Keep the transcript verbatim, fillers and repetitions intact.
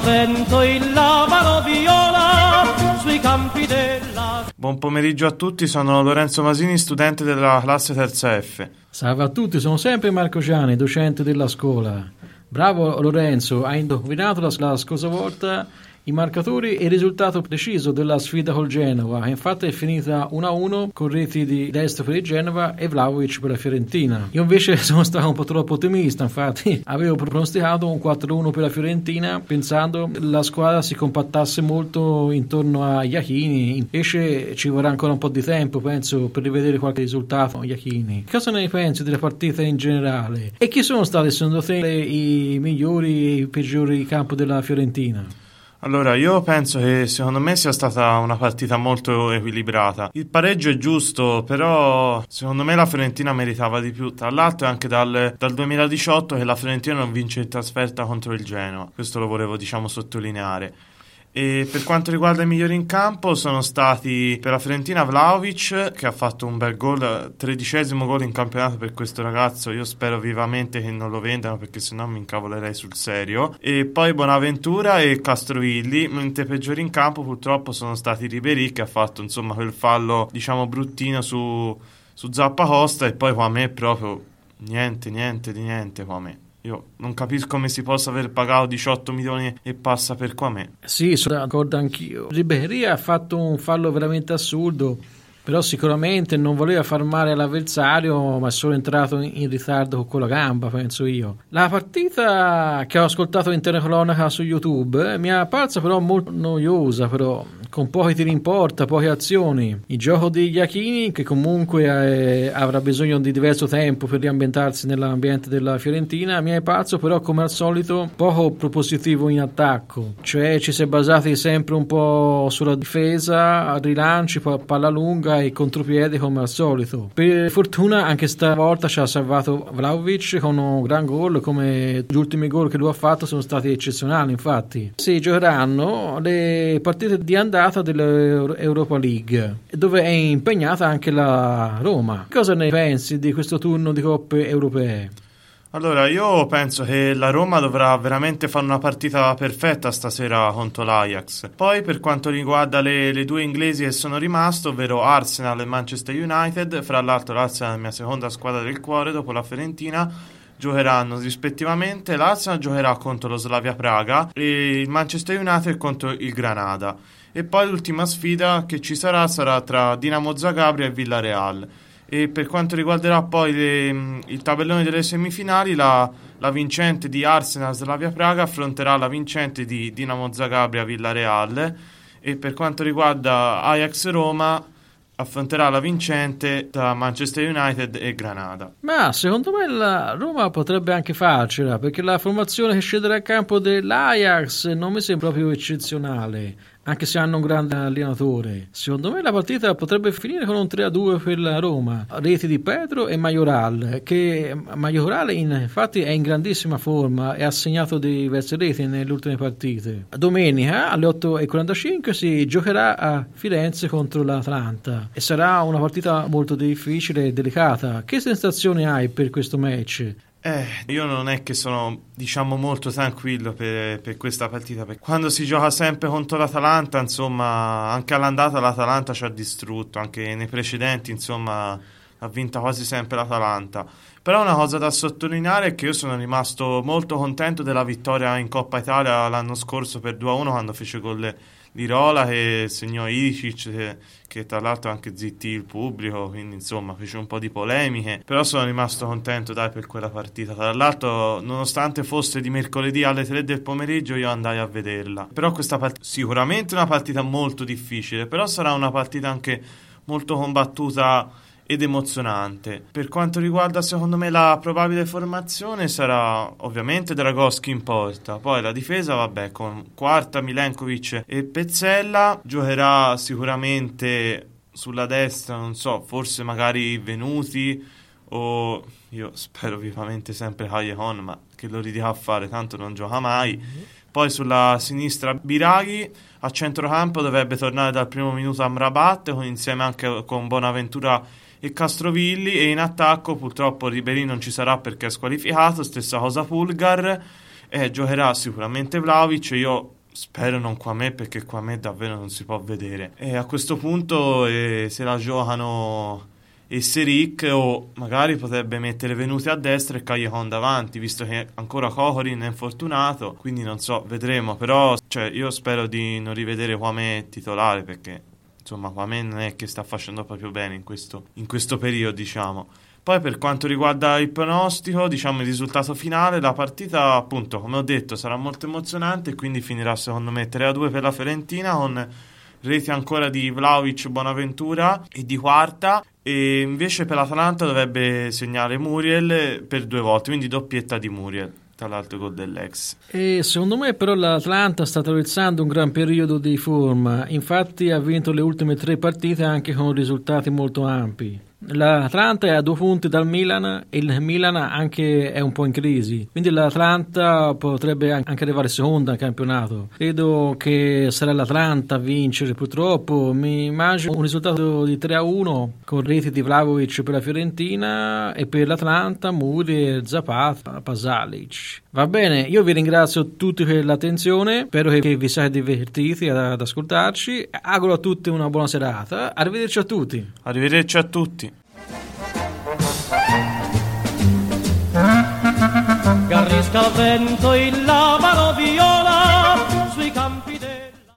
sento il lavaro viola sui campi della... Buon pomeriggio a tutti, sono Lorenzo Masini, studente della classe terza F. Salve a tutti, sono sempre Marco Giani, docente della scuola. Bravo Lorenzo, hai indovinato la, la scorsa volta i marcatori e il risultato preciso della sfida col Genova. Infatti è finita uno a uno con reti di Destro per il Genova e Vlahovic per la Fiorentina. Io invece sono stato un po' troppo ottimista, infatti avevo pronosticato un quattro a uno per la Fiorentina pensando la squadra si compattasse molto intorno a Iachini. Invece ci vorrà ancora un po' di tempo, penso, per rivedere qualche risultato a Iachini. Cosa ne pensi della partita in generale? E chi sono stati secondo te i migliori e i peggiori di campo della Fiorentina? Allora, io penso che secondo me sia stata una partita molto equilibrata. Il pareggio è giusto, però secondo me la Fiorentina meritava di più. Tra l'altro è anche dal, dal duemiladiciotto che la Fiorentina non vince in trasferta contro il Genoa. Questo lo volevo, diciamo, sottolineare. E per quanto riguarda i migliori in campo sono stati per la Fiorentina Vlahovic, che ha fatto un bel gol, tredicesimo gol in campionato per questo ragazzo. Io spero vivamente che non lo vendano, perché sennò mi incavolerei sul serio. E poi Bonaventura e Castrovilli. Mentre peggiori in campo purtroppo sono stati Ribéry, che ha fatto insomma quel fallo diciamo bruttino su, su Zappacosta, e poi qua a me proprio niente niente di niente qua a me. Io non capisco come si possa aver pagato diciotto milioni e passa per qua me. Sì, sono d'accordo anch'io. Ribéry ha fatto un fallo veramente assurdo, però sicuramente non voleva far male all'avversario, ma è solo entrato in ritardo con la gamba, penso io. La partita che ho ascoltato in telecronaca su YouTube mi è apparsa però molto noiosa, però con pochi tiri in porta, poche azioni. Il gioco di Iachini, che comunque eh, avrà bisogno di diverso tempo per riambientarsi nell'ambiente della Fiorentina, mi è apparso però come al solito poco propositivo in attacco, cioè ci si è basati sempre un po' sulla difesa, rilanci, palla lunga e contropiede come al solito. Per fortuna anche stavolta ci ha salvato Vlahovic con un gran gol, come gli ultimi gol che lui ha fatto sono stati eccezionali. Infatti si giocheranno le partite di andata dell'Europa League, dove è impegnata anche la Roma. Cosa ne pensi di questo turno di coppe europee? Allora, io penso che la Roma dovrà veramente fare una partita perfetta stasera contro l'Ajax. Poi per quanto riguarda le, le due inglesi che sono rimaste, ovvero Arsenal e Manchester United, fra l'altro l'Arsenal è la mia seconda squadra del cuore dopo la Fiorentina, giocheranno rispettivamente, l'Arsenal giocherà contro lo Slavia Praga e il Manchester United contro il Granada. E poi l'ultima sfida che ci sarà sarà tra Dinamo Zagabria e Villarreal. E per quanto riguarderà poi le, il tabellone delle semifinali, la, la vincente di Arsenal Slavia Praga affronterà la vincente di Dinamo Zagabria Villarreal, e per quanto riguarda Ajax Roma affronterà la vincente da Manchester United e Granada. Ma secondo me la Roma potrebbe anche farcela, perché la formazione che scenderà a campo dell'Ajax non mi sembra proprio eccezionale, anche se hanno un grande allenatore. Secondo me la partita potrebbe finire con un tre a due per la Roma, reti di Pedro e Majoral, che Majoral infatti è in grandissima forma e ha segnato diverse reti nelle ultime partite. Domenica alle otto e quarantacinque si giocherà a Firenze contro l'Atalanta e sarà una partita molto difficile e delicata. Che sensazioni hai per questo match? Eh, io non è che sono, diciamo, molto tranquillo per, per questa partita, perché quando si gioca sempre contro l'Atalanta, insomma, anche all'andata l'Atalanta ci ha distrutto, anche nei precedenti, insomma, ha vinto quasi sempre l'Atalanta. Però una cosa da sottolineare è che io sono rimasto molto contento della vittoria in Coppa Italia l'anno scorso per due a uno, quando fece gol Lirola che segnò Ilicic, che, che tra l'altro anche zittì il pubblico, quindi insomma fece un po' di polemiche, però sono rimasto contento dai per quella partita. Tra l'altro, nonostante fosse di mercoledì alle tre del pomeriggio, io andai a vederla. Però questa partita sicuramente una partita molto difficile, però sarà una partita anche molto combattuta ed emozionante. Per quanto riguarda secondo me la probabile formazione, sarà ovviamente Dragowski in porta, poi la difesa vabbè con Quarta, Milenkovic e Pezzella, giocherà sicuramente sulla destra, non so, forse magari Venuti o io spero vivamente sempre Callejon, ma che lo ridica a fare, tanto non gioca mai. Poi sulla sinistra Biraghi, a centrocampo dovrebbe tornare dal primo minuto Amrabat, con, insieme anche con Bonaventura e Castrovilli, e in attacco purtroppo Ribéry non ci sarà perché è squalificato, stessa cosa Pulgar, eh, giocherà sicuramente Vlahovic. Io spero non Kouamé, perché Kouamé davvero non si può vedere, e a questo punto eh, se la giocano Eseric, o magari potrebbe mettere Venuti a destra e Callejon davanti, visto che ancora Kokorin è infortunato, quindi non so, vedremo. Però cioè, io spero di non rivedere Kouamé titolare, perché insomma Kouamé non è che sta facendo proprio bene in questo, in questo periodo, diciamo. Poi per quanto riguarda il pronostico, diciamo il risultato finale, la partita appunto come ho detto sarà molto emozionante, e quindi finirà secondo me tre a due per la Fiorentina, con reti ancora di Vlahovic, Bonaventura e di Quarta, e invece per l'Atalanta dovrebbe segnare Muriel per due volte, quindi doppietta di Muriel tra l'altro gol dell'ex. E secondo me però l'Atalanta sta attraversando un gran periodo di forma, infatti ha vinto le ultime tre partite anche con risultati molto ampi. L'Atalanta è a due punti dal Milan e il Milan anche è un po' in crisi, quindi l'Atalanta potrebbe anche arrivare seconda al campionato. Credo che sarà l'Atalanta a vincere, purtroppo mi immagino un risultato di tre a uno con reti di Vlahovic per la Fiorentina e per l'Atalanta Muriel, Zapata, Pasalic. Va bene, io vi ringrazio tutti per l'attenzione, spero che vi siate divertiti ad, ad ascoltarci, auguro a tutti una buona serata, arrivederci a tutti. Arrivederci a tutti. Che arrisca il vento in la mano viola